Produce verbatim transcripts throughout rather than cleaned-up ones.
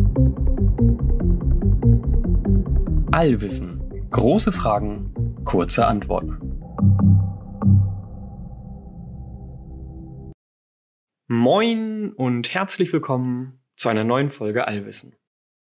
Allwissen. Große Fragen, kurze Antworten. Moin und herzlich willkommen zu einer neuen Folge Allwissen.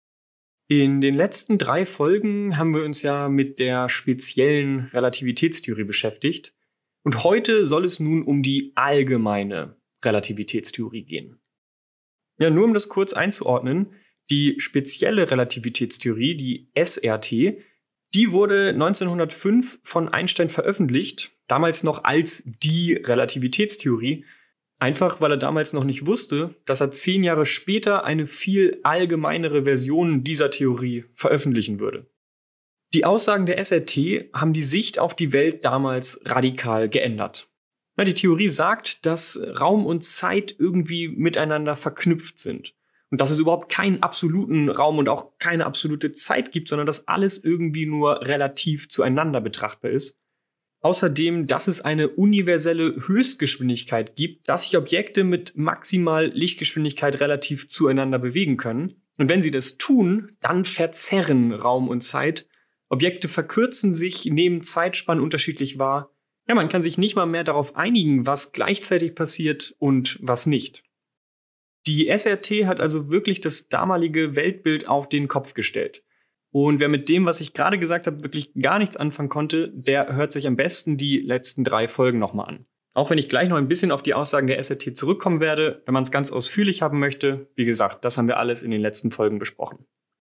In den letzten drei Folgen haben wir uns ja mit der speziellen Relativitätstheorie beschäftigt und heute soll es nun um die allgemeine Relativitätstheorie gehen. Ja, nur um das kurz einzuordnen, die spezielle Relativitätstheorie, die S R T, die wurde neunzehnhundertfünf von Einstein veröffentlicht, damals noch als die Relativitätstheorie, einfach weil er damals noch nicht wusste, dass er zehn Jahre später eine viel allgemeinere Version dieser Theorie veröffentlichen würde. Die Aussagen der S R T haben die Sicht auf die Welt damals radikal geändert. Ja, die Theorie sagt, dass Raum und Zeit irgendwie miteinander verknüpft sind. Und dass es überhaupt keinen absoluten Raum und auch keine absolute Zeit gibt, sondern dass alles irgendwie nur relativ zueinander betrachtbar ist. Außerdem, dass es eine universelle Höchstgeschwindigkeit gibt, dass sich Objekte mit maximal Lichtgeschwindigkeit relativ zueinander bewegen können. Und wenn sie das tun, dann verzerren Raum und Zeit. Objekte verkürzen sich, nehmen Zeitspannen unterschiedlich wahr. Ja, man kann sich nicht mal mehr darauf einigen, was gleichzeitig passiert und was nicht. Die S R T hat also wirklich das damalige Weltbild auf den Kopf gestellt. Und wer mit dem, was ich gerade gesagt habe, wirklich gar nichts anfangen konnte, der hört sich am besten die letzten drei Folgen nochmal an. Auch wenn ich gleich noch ein bisschen auf die Aussagen der S R T zurückkommen werde, wenn man es ganz ausführlich haben möchte, wie gesagt, das haben wir alles in den letzten Folgen besprochen.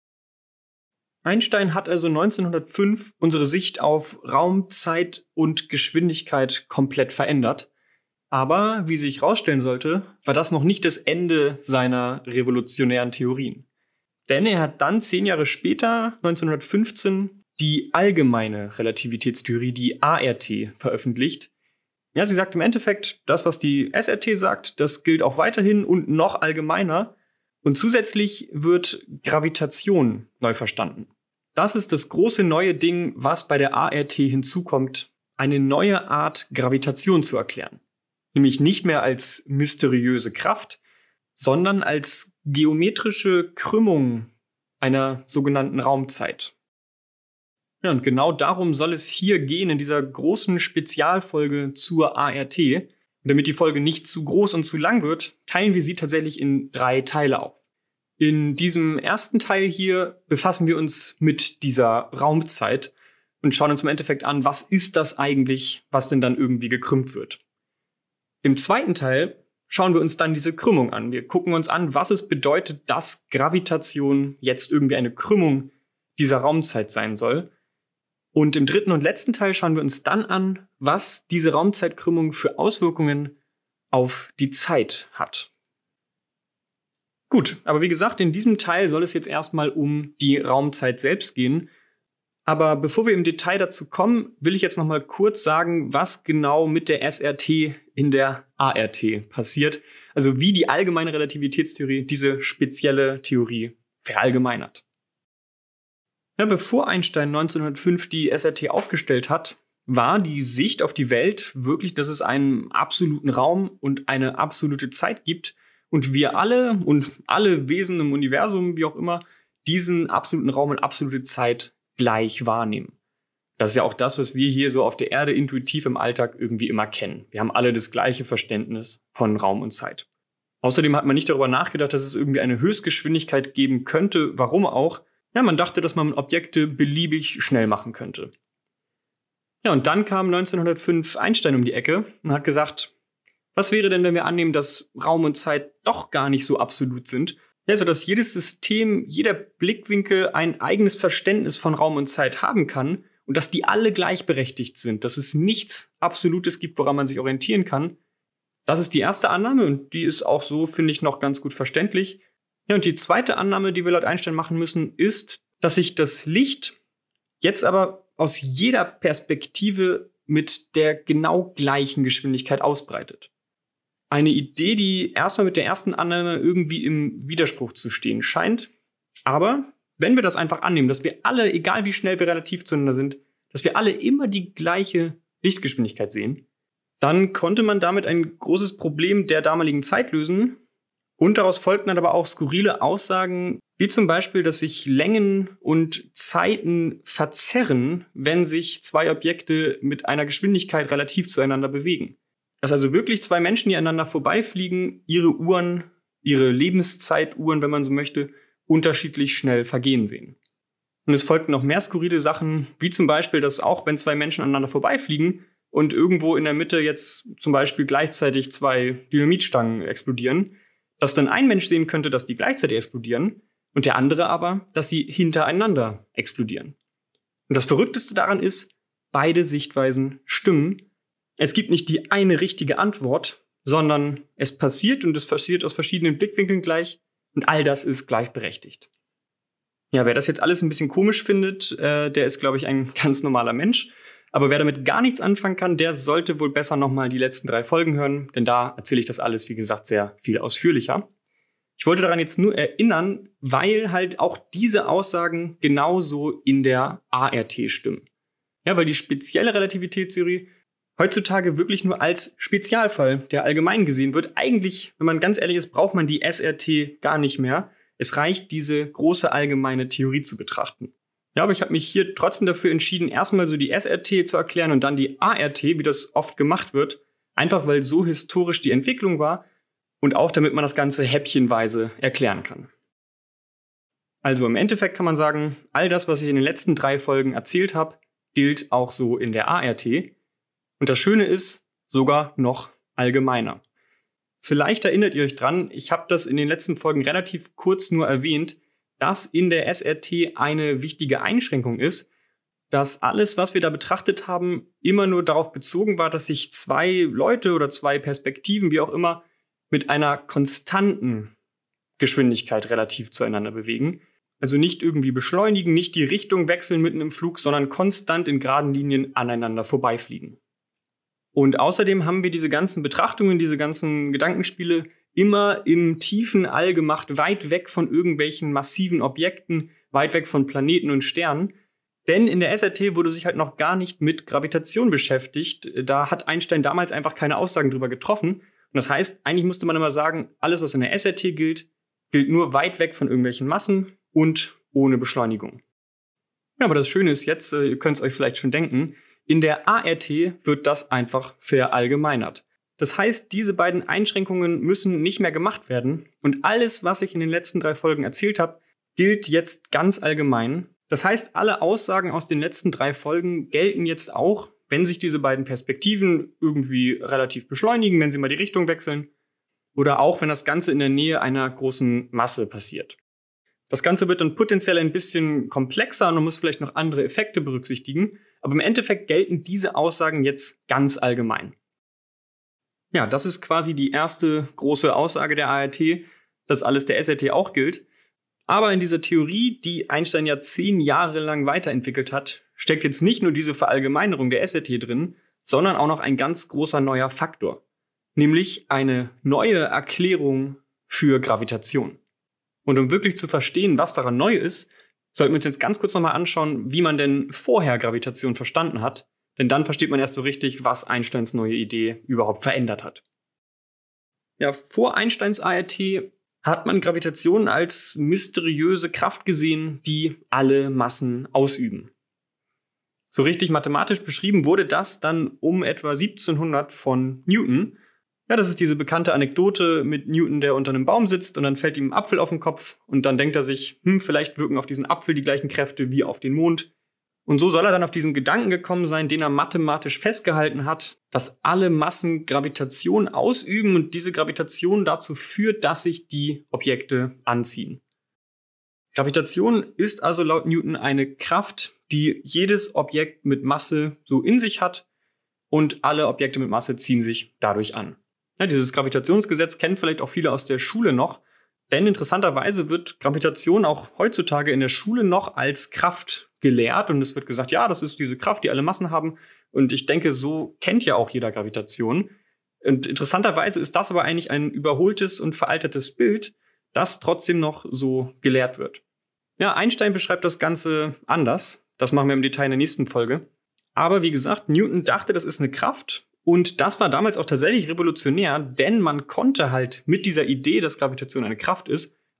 Einstein hat also neunzehnhundertfünf unsere Sicht auf Raum, Zeit und Geschwindigkeit komplett verändert. Aber, wie sich herausstellen sollte, war das noch nicht das Ende seiner revolutionären Theorien. Denn er hat dann zehn Jahre später, neunzehnhundertfünfzehn, die allgemeine Relativitätstheorie, die A R T, veröffentlicht. Ja, sie sagt im Endeffekt, das, was die S R T sagt, das gilt auch weiterhin und noch allgemeiner. Und zusätzlich wird Gravitation neu verstanden. Das ist das große neue Ding, was bei der A R T hinzukommt, eine neue Art Gravitation zu erklären. Nämlich nicht mehr als mysteriöse Kraft, sondern als geometrische Krümmung einer sogenannten Raumzeit. Ja, und genau darum soll es hier gehen in dieser großen Spezialfolge zur A R T. Und damit die Folge nicht zu groß und zu lang wird, teilen wir sie tatsächlich in drei Teile auf. In diesem ersten Teil hier befassen wir uns mit dieser Raumzeit und schauen uns im Endeffekt an, was ist das eigentlich, was denn dann irgendwie gekrümmt wird. Im zweiten Teil schauen wir uns dann diese Krümmung an. Wir gucken uns an, was es bedeutet, dass Gravitation jetzt irgendwie eine Krümmung dieser Raumzeit sein soll. Und im dritten und letzten Teil schauen wir uns dann an, was diese Raumzeitkrümmung für Auswirkungen auf die Zeit hat. Gut, aber wie gesagt, in diesem Teil soll es jetzt erstmal um die Raumzeit selbst gehen. Aber bevor wir im Detail dazu kommen, will ich jetzt noch mal kurz sagen, was genau mit der S R T in der A R T passiert. Also wie die allgemeine Relativitätstheorie diese spezielle Theorie verallgemeinert. Ja, bevor Einstein neunzehnhundertfünf die S R T aufgestellt hat, war die Sicht auf die Welt wirklich, dass es einen absoluten Raum und eine absolute Zeit gibt und wir alle und alle Wesen im Universum, wie auch immer, diesen absoluten Raum und absolute Zeit gleich wahrnehmen. Das ist ja auch das, was wir hier so auf der Erde intuitiv im Alltag irgendwie immer kennen. Wir haben alle das gleiche Verständnis von Raum und Zeit. Außerdem hat man nicht darüber nachgedacht, dass es irgendwie eine Höchstgeschwindigkeit geben könnte. Warum auch? Ja, man dachte, dass man Objekte beliebig schnell machen könnte. Ja, und dann kam neunzehnhundertfünf Einstein um die Ecke und hat gesagt, was wäre denn, wenn wir annehmen, dass Raum und Zeit doch gar nicht so absolut sind? Ja, so dass jedes System, jeder Blickwinkel ein eigenes Verständnis von Raum und Zeit haben kann und dass die alle gleichberechtigt sind, dass es nichts Absolutes gibt, woran man sich orientieren kann. Das ist die erste Annahme und die ist auch so, finde ich, noch ganz gut verständlich. Ja, und die zweite Annahme, die wir laut Einstein machen müssen, ist, dass sich das Licht jetzt aber aus jeder Perspektive mit der genau gleichen Geschwindigkeit ausbreitet. Eine Idee, die erstmal mit der ersten Annahme irgendwie im Widerspruch zu stehen scheint. Aber wenn wir das einfach annehmen, dass wir alle, egal wie schnell wir relativ zueinander sind, dass wir alle immer die gleiche Lichtgeschwindigkeit sehen, dann konnte man damit ein großes Problem der damaligen Zeit lösen. Und daraus folgten dann aber auch skurrile Aussagen, Wie zum Beispiel, dass sich Längen und Zeiten verzerren, wenn sich zwei Objekte mit einer Geschwindigkeit relativ zueinander bewegen. Dass also wirklich zwei Menschen, die aneinander vorbeifliegen, ihre Uhren, ihre Lebenszeituhren, wenn man so möchte, unterschiedlich schnell vergehen sehen. Und es folgten noch mehr skurrile Sachen, wie zum Beispiel, dass auch wenn zwei Menschen aneinander vorbeifliegen und irgendwo in der Mitte jetzt zum Beispiel gleichzeitig zwei Dynamitstangen explodieren, dass dann ein Mensch sehen könnte, dass die gleichzeitig explodieren und der andere aber, dass sie hintereinander explodieren. Und das Verrückteste daran ist, beide Sichtweisen stimmen. Es gibt nicht die eine richtige Antwort, sondern es passiert und es passiert aus verschiedenen Blickwinkeln gleich und all das ist gleichberechtigt. Ja, wer das jetzt alles ein bisschen komisch findet, äh, der ist, glaube ich, ein ganz normaler Mensch. Aber wer damit gar nichts anfangen kann, der sollte wohl besser nochmal die letzten drei Folgen hören, denn da erzähle ich das alles, wie gesagt, sehr viel ausführlicher. Ich wollte daran jetzt nur erinnern, weil halt auch diese Aussagen genauso in der A R T stimmen. Ja, weil die spezielle Relativitätstheorie heutzutage wirklich nur als Spezialfall der allgemein gesehen wird. Eigentlich, wenn man ganz ehrlich ist, braucht man die S R T gar nicht mehr. Es reicht, diese große allgemeine Theorie zu betrachten. Ja, aber ich habe mich hier trotzdem dafür entschieden, erstmal so die S R T zu erklären und dann die A R T, wie das oft gemacht wird. Einfach weil so historisch die Entwicklung war und auch damit man das Ganze häppchenweise erklären kann. Also im Endeffekt kann man sagen, all das, was ich in den letzten drei Folgen erzählt habe, gilt auch so in der A R T. Und das Schöne ist, sogar noch allgemeiner. Vielleicht erinnert ihr euch dran, ich habe das in den letzten Folgen relativ kurz nur erwähnt, dass in der S R T eine wichtige Einschränkung ist, dass alles, was wir da betrachtet haben, immer nur darauf bezogen war, dass sich zwei Leute oder zwei Perspektiven, wie auch immer, mit einer konstanten Geschwindigkeit relativ zueinander bewegen. Also nicht irgendwie beschleunigen, nicht die Richtung wechseln mitten im Flug, sondern konstant in geraden Linien aneinander vorbeifliegen. Und außerdem haben wir diese ganzen Betrachtungen, diese ganzen Gedankenspiele immer im tiefen All gemacht, weit weg von irgendwelchen massiven Objekten, weit weg von Planeten und Sternen. Denn in der S R T wurde sich halt noch gar nicht mit Gravitation beschäftigt. Da hat Einstein damals einfach keine Aussagen drüber getroffen. Und das heißt, eigentlich musste man immer sagen, alles, was in der S R T gilt, gilt nur weit weg von irgendwelchen Massen und ohne Beschleunigung. Ja, aber das Schöne ist jetzt, ihr könnt es euch vielleicht schon denken, in der A R T wird das einfach verallgemeinert. Das heißt, diese beiden Einschränkungen müssen nicht mehr gemacht werden. Und alles, was ich in den letzten drei Folgen erzählt habe, gilt jetzt ganz allgemein. Das heißt, alle Aussagen aus den letzten drei Folgen gelten jetzt auch, wenn sich diese beiden Perspektiven irgendwie relativ beschleunigen, wenn sie mal die Richtung wechseln. Oder auch, wenn das Ganze in der Nähe einer großen Masse passiert. Das Ganze wird dann potenziell ein bisschen komplexer und man muss vielleicht noch andere Effekte berücksichtigen. Aber im Endeffekt gelten diese Aussagen jetzt ganz allgemein. Ja, das ist quasi die erste große Aussage der A R T, dass alles der S R T auch gilt. Aber in dieser Theorie, die Einstein ja zehn Jahre lang weiterentwickelt hat, steckt jetzt nicht nur diese Verallgemeinerung der S R T drin, sondern auch noch ein ganz großer neuer Faktor. Nämlich eine neue Erklärung für Gravitation. Und um wirklich zu verstehen, was daran neu ist, sollten wir uns jetzt ganz kurz nochmal anschauen, wie man denn vorher Gravitation verstanden hat. Denn dann versteht man erst so richtig, was Einsteins neue Idee überhaupt verändert hat. Ja, vor Einsteins A R T hat man Gravitation als mysteriöse Kraft gesehen, die alle Massen ausüben. So richtig mathematisch beschrieben wurde das dann um etwa siebzehnhundert von Newton. Ja, das ist diese bekannte Anekdote mit Newton, der unter einem Baum sitzt und dann fällt ihm ein Apfel auf den Kopf und dann denkt er sich, hm, vielleicht wirken auf diesen Apfel die gleichen Kräfte wie auf den Mond. Und so soll er dann auf diesen Gedanken gekommen sein, den er mathematisch festgehalten hat, dass alle Massen Gravitation ausüben und diese Gravitation dazu führt, dass sich die Objekte anziehen. Gravitation ist also laut Newton eine Kraft, die jedes Objekt mit Masse so in sich hat und alle Objekte mit Masse ziehen sich dadurch an. Ja, dieses Gravitationsgesetz kennen vielleicht auch viele aus der Schule noch, denn interessanterweise wird Gravitation auch heutzutage in der Schule noch als Kraft gelehrt und es wird gesagt, ja, das ist diese Kraft, die alle Massen haben und ich denke, so kennt ja auch jeder Gravitation. Und interessanterweise ist das aber eigentlich ein überholtes und veraltetes Bild, das trotzdem noch so gelehrt wird. Ja, Einstein beschreibt das Ganze anders, das machen wir im Detail in der nächsten Folge. Aber wie gesagt, Newton dachte, das ist eine Kraft. Und das war damals auch tatsächlich revolutionär, denn man konnte halt mit dieser Idee, dass Gravitation eine Kraft ist,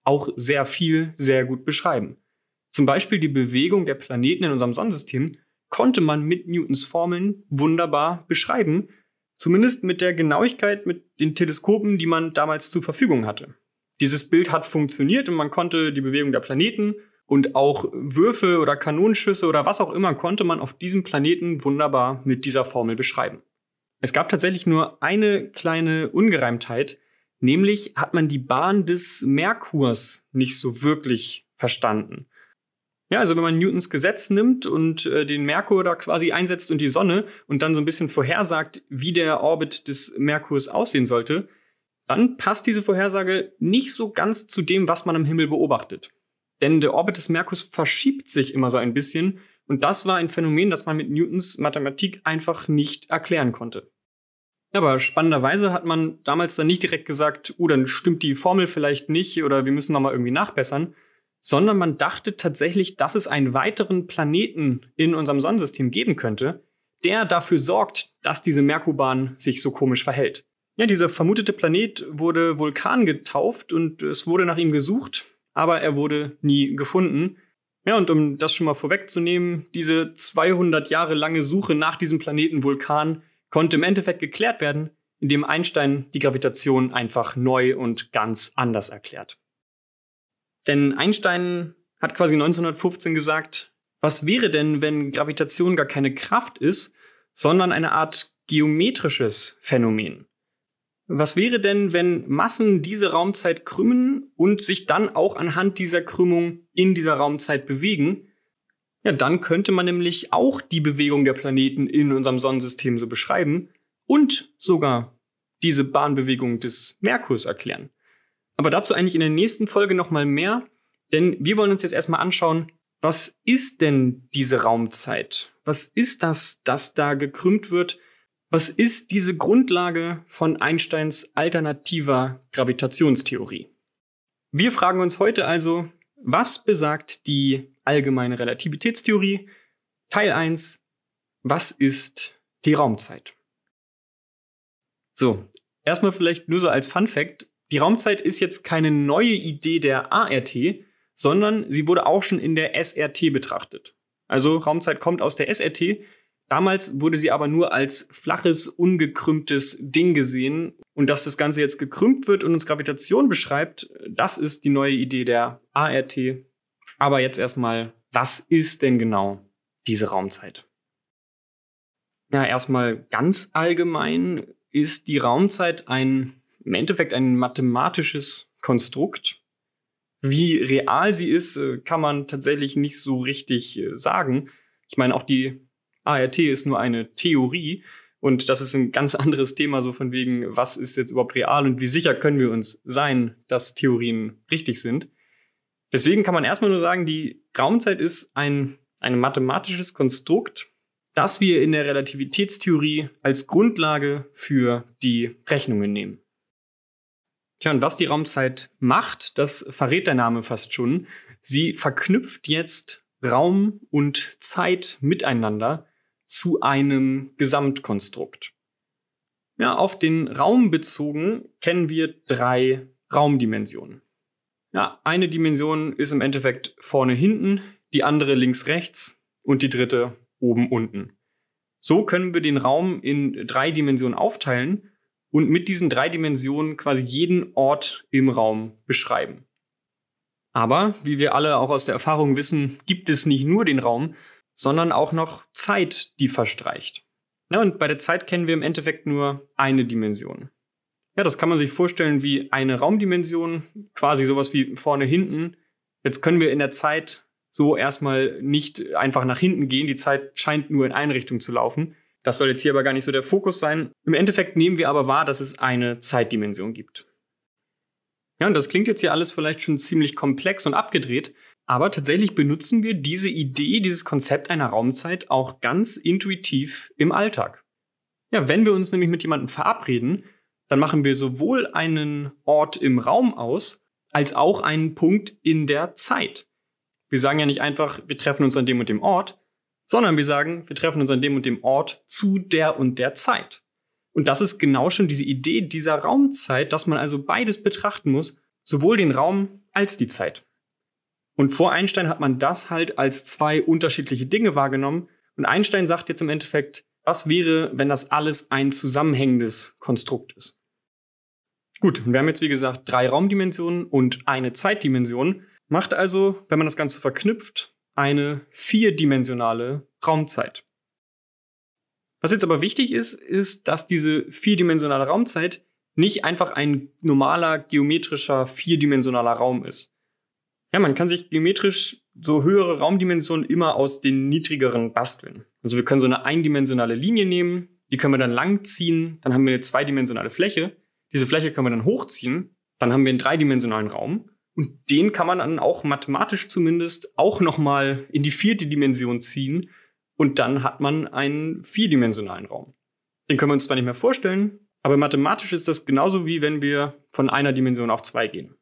auch sehr viel, sehr gut beschreiben. Zum Beispiel die Bewegung der Planeten in unserem Sonnensystem konnte man mit Newtons Formeln wunderbar beschreiben, zumindest mit der Genauigkeit mit den Teleskopen, die man damals zur Verfügung hatte. Dieses Bild hat funktioniert und man konnte die Bewegung der Planeten und auch Würfe oder Kanonenschüsse oder was auch immer konnte man auf diesem Planeten wunderbar mit dieser Formel beschreiben. Es gab tatsächlich nur eine kleine Ungereimtheit, nämlich hat man die Bahn des Merkurs nicht so wirklich verstanden. Ja, also wenn man Newtons Gesetz nimmt und äh, den Merkur da quasi einsetzt und die Sonne und dann so ein bisschen vorhersagt, wie der Orbit des Merkurs aussehen sollte, dann passt diese Vorhersage nicht so ganz zu dem, was man am Himmel beobachtet. Denn der Orbit des Merkurs verschiebt sich immer so ein bisschen und das war ein Phänomen, das man mit Newtons Mathematik einfach nicht erklären konnte. Aber spannenderweise hat man damals dann nicht direkt gesagt, oh, dann stimmt die Formel vielleicht nicht oder wir müssen nochmal irgendwie nachbessern, sondern man dachte tatsächlich, dass es einen weiteren Planeten in unserem Sonnensystem geben könnte, der dafür sorgt, dass diese Merkurbahn sich so komisch verhält. Ja, dieser vermutete Planet wurde Vulkan getauft und es wurde nach ihm gesucht, aber er wurde nie gefunden. Ja, und um das schon mal vorwegzunehmen, diese zweihundert Jahre lange Suche nach diesem Planeten Vulkan konnte im Endeffekt geklärt werden, indem Einstein die Gravitation einfach neu und ganz anders erklärt. Denn Einstein hat quasi neunzehnhundertfünfzehn gesagt, was wäre denn, wenn Gravitation gar keine Kraft ist, sondern eine Art geometrisches Phänomen? Was wäre denn, wenn Massen diese Raumzeit krümmen und sich dann auch anhand dieser Krümmung in dieser Raumzeit bewegen? Ja, dann könnte man nämlich auch die Bewegung der Planeten in unserem Sonnensystem so beschreiben und sogar diese Bahnbewegung des Merkurs erklären. Aber dazu eigentlich in der nächsten Folge noch mal mehr, denn wir wollen uns jetzt erstmal anschauen, was ist denn diese Raumzeit? Was ist das, das da gekrümmt wird? Was ist diese Grundlage von Einsteins alternativer Gravitationstheorie? Wir fragen uns heute also, was besagt die allgemeine Relativitätstheorie? Teil eins, was ist die Raumzeit? So, erstmal vielleicht nur so als Funfact, die Raumzeit ist jetzt keine neue Idee der A R T, sondern sie wurde auch schon in der S R T betrachtet. Also Raumzeit kommt aus der S R T. Damals wurde sie aber nur als flaches, ungekrümmtes Ding gesehen. Und dass das Ganze jetzt gekrümmt wird und uns Gravitation beschreibt, das ist die neue Idee der A R T. Aber jetzt erstmal, was ist denn genau diese Raumzeit? Ja, erstmal ganz allgemein ist die Raumzeit ein im Endeffekt ein mathematisches Konstrukt. Wie real sie ist, kann man tatsächlich nicht so richtig sagen. Ich meine, auch die A R T ist nur eine Theorie und das ist ein ganz anderes Thema, so von wegen, was ist jetzt überhaupt real und wie sicher können wir uns sein, dass Theorien richtig sind. Deswegen kann man erstmal nur sagen, die Raumzeit ist ein, ein mathematisches Konstrukt, das wir in der Relativitätstheorie als Grundlage für die Rechnungen nehmen. Tja, und was die Raumzeit macht, das verrät der Name fast schon. Sie verknüpft jetzt Raum und Zeit miteinander zu einem Gesamtkonstrukt. Ja, auf den Raum bezogen kennen wir drei Raumdimensionen. Ja, eine Dimension ist im Endeffekt vorne hinten, die andere links rechts und die dritte oben unten. So können wir den Raum in drei Dimensionen aufteilen und mit diesen drei Dimensionen quasi jeden Ort im Raum beschreiben. Aber, wie wir alle auch aus der Erfahrung wissen, gibt es nicht nur den Raum, sondern auch noch Zeit, die verstreicht. Ja, und bei der Zeit kennen wir im Endeffekt nur eine Dimension. Ja, das kann man sich vorstellen wie eine Raumdimension, quasi sowas wie vorne, hinten. Jetzt können wir in der Zeit so erstmal nicht einfach nach hinten gehen. Die Zeit scheint nur in eine Richtung zu laufen. Das soll jetzt hier aber gar nicht so der Fokus sein. Im Endeffekt nehmen wir aber wahr, dass es eine Zeitdimension gibt. Ja, und das klingt jetzt hier alles vielleicht schon ziemlich komplex und abgedreht, aber tatsächlich benutzen wir diese Idee, dieses Konzept einer Raumzeit auch ganz intuitiv im Alltag. Ja, wenn wir uns nämlich mit jemandem verabreden, dann machen wir sowohl einen Ort im Raum aus, als auch einen Punkt in der Zeit. Wir sagen ja nicht einfach, wir treffen uns an dem und dem Ort, sondern wir sagen, wir treffen uns an dem und dem Ort zu der und der Zeit. Und das ist genau schon diese Idee dieser Raumzeit, dass man also beides betrachten muss, sowohl den Raum als die Zeit. Und vor Einstein hat man das halt als zwei unterschiedliche Dinge wahrgenommen. Und Einstein sagt jetzt im Endeffekt, was wäre, wenn das alles ein zusammenhängendes Konstrukt ist? Gut, wir haben jetzt wie gesagt drei Raumdimensionen und eine Zeitdimension. Macht also, wenn man das Ganze verknüpft, eine vierdimensionale Raumzeit. Was jetzt aber wichtig ist, ist, dass diese vierdimensionale Raumzeit nicht einfach ein normaler geometrischer vierdimensionaler Raum ist. Ja, man kann sich geometrisch so höhere Raumdimensionen immer aus den niedrigeren basteln. Also wir können so eine eindimensionale Linie nehmen, die können wir dann lang ziehen, dann haben wir eine zweidimensionale Fläche. Diese Fläche können wir dann hochziehen, dann haben wir einen dreidimensionalen Raum und den kann man dann auch mathematisch zumindest auch nochmal in die vierte Dimension ziehen und dann hat man einen vierdimensionalen Raum. Den können wir uns zwar nicht mehr vorstellen, aber mathematisch ist das genauso wie wenn wir von einer Dimension auf zwei gehen.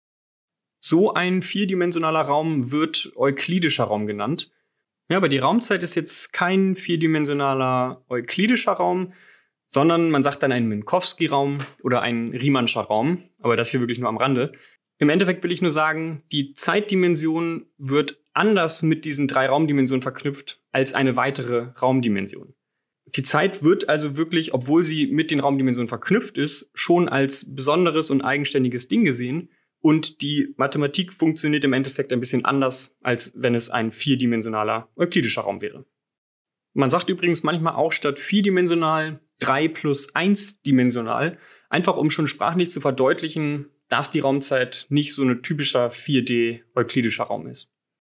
So ein vierdimensionaler Raum wird euklidischer Raum genannt. Ja, aber die Raumzeit ist jetzt kein vierdimensionaler euklidischer Raum, sondern man sagt dann ein Minkowski-Raum oder ein Riemannscher Raum, aber das hier wirklich nur am Rande. Im Endeffekt will ich nur sagen, die Zeitdimension wird anders mit diesen drei Raumdimensionen verknüpft als eine weitere Raumdimension. Die Zeit wird also wirklich, obwohl sie mit den Raumdimensionen verknüpft ist, schon als besonderes und eigenständiges Ding gesehen. Und die Mathematik funktioniert im Endeffekt ein bisschen anders, als wenn es ein vierdimensionaler euklidischer Raum wäre. Man sagt übrigens manchmal auch statt vierdimensional drei plus eins dimensional, einfach um schon sprachlich zu verdeutlichen, dass die Raumzeit nicht so ein typischer vier D euklidischer Raum ist.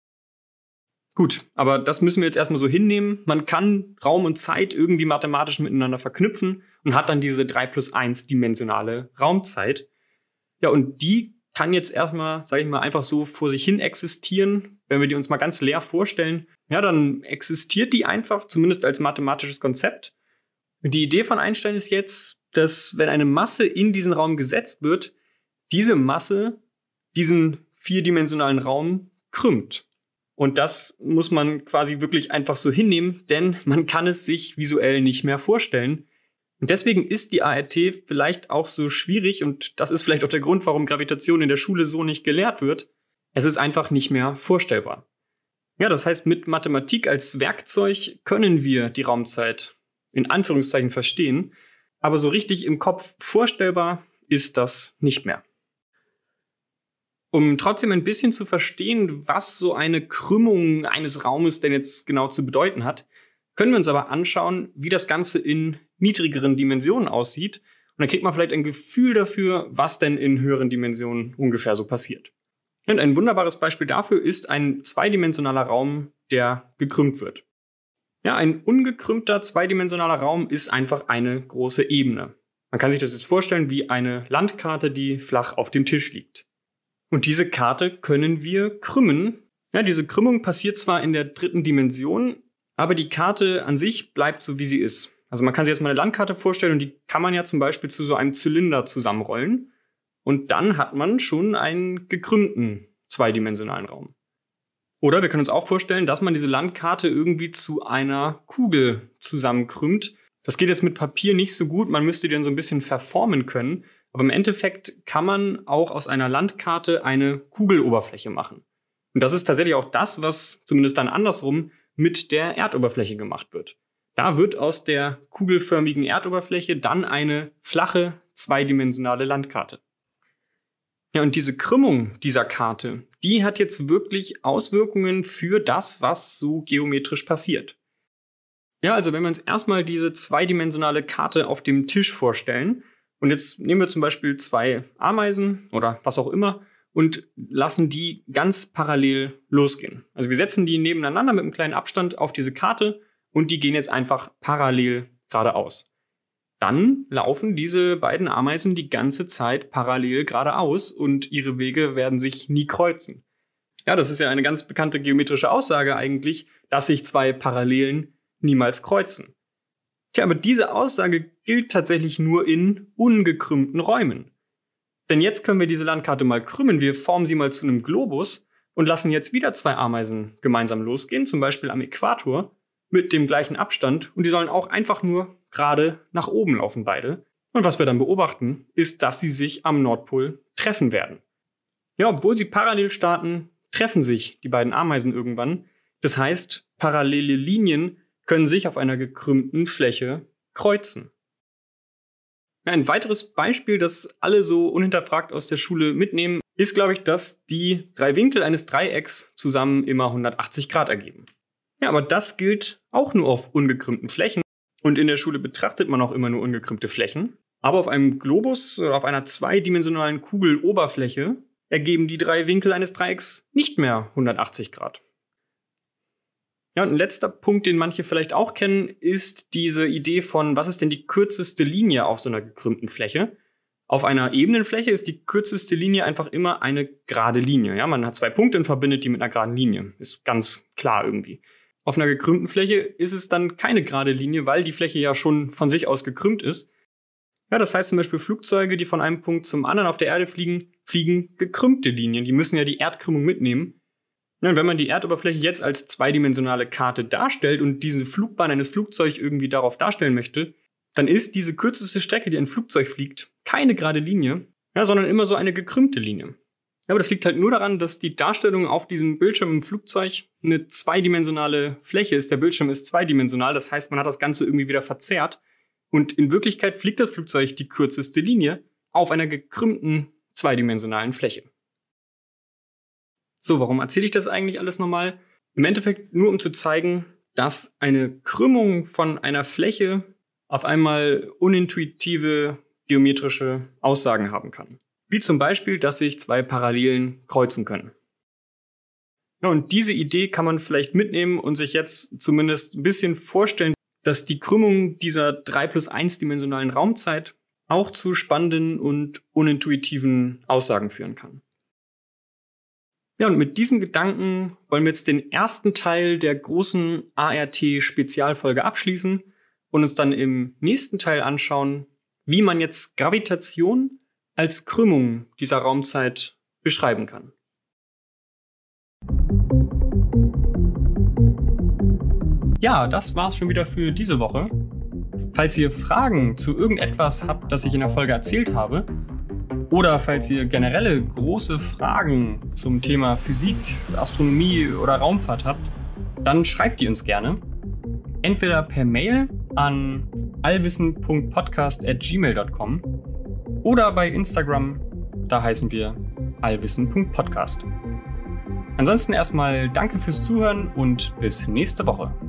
Gut, aber das müssen wir jetzt erstmal so hinnehmen. Man kann Raum und Zeit irgendwie mathematisch miteinander verknüpfen und hat dann diese drei plus eins dimensionale Raumzeit. Ja, und die kann jetzt erstmal, sage ich mal, einfach so vor sich hin existieren. Wenn wir die uns mal ganz leer vorstellen, ja, dann existiert die einfach, zumindest als mathematisches Konzept. Die Idee von Einstein ist jetzt, dass wenn eine Masse in diesen Raum gesetzt wird, diese Masse diesen vierdimensionalen Raum krümmt. Und das muss man quasi wirklich einfach so hinnehmen, denn man kann es sich visuell nicht mehr vorstellen. Und deswegen ist die A R T vielleicht auch so schwierig und das ist vielleicht auch der Grund, warum Gravitation in der Schule so nicht gelehrt wird. Es ist einfach nicht mehr vorstellbar. Ja, das heißt, mit Mathematik als Werkzeug können wir die Raumzeit in Anführungszeichen verstehen, aber so richtig im Kopf vorstellbar ist das nicht mehr. Um trotzdem ein bisschen zu verstehen, was so eine Krümmung eines Raumes denn jetzt genau zu bedeuten hat, können wir uns aber anschauen, wie das Ganze in niedrigeren Dimensionen aussieht. Und dann kriegt man vielleicht ein Gefühl dafür, was denn in höheren Dimensionen ungefähr so passiert. Und ein wunderbares Beispiel dafür ist ein zweidimensionaler Raum, der gekrümmt wird. Ja, ein ungekrümmter zweidimensionaler Raum ist einfach eine große Ebene. Man kann sich das jetzt vorstellen wie eine Landkarte, die flach auf dem Tisch liegt. Und diese Karte können wir krümmen. Ja, diese Krümmung passiert zwar in der dritten Dimension, aber die Karte an sich bleibt so, wie sie ist. Also man kann sich jetzt mal eine Landkarte vorstellen und die kann man ja zum Beispiel zu so einem Zylinder zusammenrollen. Und dann hat man schon einen gekrümmten zweidimensionalen Raum. Oder wir können uns auch vorstellen, dass man diese Landkarte irgendwie zu einer Kugel zusammenkrümmt. Das geht jetzt mit Papier nicht so gut, man müsste die dann so ein bisschen verformen können. Aber im Endeffekt kann man auch aus einer Landkarte eine Kugeloberfläche machen. Und das ist tatsächlich auch das, was zumindest dann andersrum mit der Erdoberfläche gemacht wird. Da wird aus der kugelförmigen Erdoberfläche dann eine flache, zweidimensionale Landkarte. Ja, und diese Krümmung dieser Karte, die hat jetzt wirklich Auswirkungen für das, was so geometrisch passiert. Ja, also wenn wir uns erstmal diese zweidimensionale Karte auf dem Tisch vorstellen, und jetzt nehmen wir zum Beispiel zwei Ameisen oder was auch immer und lassen die ganz parallel losgehen. Also wir setzen die nebeneinander mit einem kleinen Abstand auf diese Karte und die gehen jetzt einfach parallel geradeaus. Dann laufen diese beiden Ameisen die ganze Zeit parallel geradeaus und ihre Wege werden sich nie kreuzen. Ja, das ist ja eine ganz bekannte geometrische Aussage eigentlich, dass sich zwei Parallelen niemals kreuzen. Tja, aber diese Aussage gilt tatsächlich nur in ungekrümmten Räumen. Denn jetzt können wir diese Landkarte mal krümmen, wir formen sie mal zu einem Globus und lassen jetzt wieder zwei Ameisen gemeinsam losgehen, zum Beispiel am Äquator, mit dem gleichen Abstand und die sollen auch einfach nur gerade nach oben laufen beide. Und was wir dann beobachten, ist, dass sie sich am Nordpol treffen werden. Ja, obwohl sie parallel starten, treffen sich die beiden Ameisen irgendwann. Das heißt, parallele Linien können sich auf einer gekrümmten Fläche kreuzen. Ein weiteres Beispiel, das alle so unhinterfragt aus der Schule mitnehmen, ist, glaube ich, dass die drei Winkel eines Dreiecks zusammen immer hundertachtzig Grad ergeben. Ja, aber das gilt auch nur auf ungekrümmten Flächen. Und in der Schule betrachtet man auch immer nur ungekrümmte Flächen. Aber auf einem Globus oder auf einer zweidimensionalen Kugeloberfläche ergeben die drei Winkel eines Dreiecks nicht mehr hundertachtzig Grad. Ja, und ein letzter Punkt, den manche vielleicht auch kennen, ist diese Idee von, was ist denn die kürzeste Linie auf so einer gekrümmten Fläche? Auf einer ebenen Fläche ist die kürzeste Linie einfach immer eine gerade Linie. Ja, man hat zwei Punkte und verbindet die mit einer geraden Linie. Ist ganz klar irgendwie. Auf einer gekrümmten Fläche ist es dann keine gerade Linie, weil die Fläche ja schon von sich aus gekrümmt ist. Ja, das heißt zum Beispiel Flugzeuge, die von einem Punkt zum anderen auf der Erde fliegen, fliegen gekrümmte Linien. Die müssen ja die Erdkrümmung mitnehmen. Ja, und wenn man die Erdoberfläche jetzt als zweidimensionale Karte darstellt und diese Flugbahn eines Flugzeugs irgendwie darauf darstellen möchte, dann ist diese kürzeste Strecke, die ein Flugzeug fliegt, keine gerade Linie, ja, sondern immer so eine gekrümmte Linie. Ja, aber das liegt halt nur daran, dass die Darstellung auf diesem Bildschirm im Flugzeug eine zweidimensionale Fläche ist. Der Bildschirm ist zweidimensional, das heißt, man hat das Ganze irgendwie wieder verzerrt. Und in Wirklichkeit fliegt das Flugzeug die kürzeste Linie auf einer gekrümmten zweidimensionalen Fläche. So, warum erzähle ich das eigentlich alles nochmal? Im Endeffekt nur, um zu zeigen, dass eine Krümmung von einer Fläche auf einmal unintuitive geometrische Aussagen haben kann. Wie zum Beispiel, dass sich zwei Parallelen kreuzen können. Ja, und diese Idee kann man vielleicht mitnehmen und sich jetzt zumindest ein bisschen vorstellen, dass die Krümmung dieser drei plus eins dimensionalen Raumzeit auch zu spannenden und unintuitiven Aussagen führen kann. Ja, und mit diesem Gedanken wollen wir jetzt den ersten Teil der großen A R T-Spezialfolge abschließen und uns dann im nächsten Teil anschauen, wie man jetzt Gravitation als Krümmung dieser Raumzeit beschreiben kann. Ja, das war's schon wieder für diese Woche. Falls ihr Fragen zu irgendetwas habt, das ich in der Folge erzählt habe, oder falls ihr generelle große Fragen zum Thema Physik, Astronomie oder Raumfahrt habt, dann schreibt die uns gerne. Entweder per Mail an allwissen punkt podcast at gmail punkt com oder bei Instagram, da heißen wir allwissen punkt podcast. Ansonsten erstmal danke fürs Zuhören und bis nächste Woche.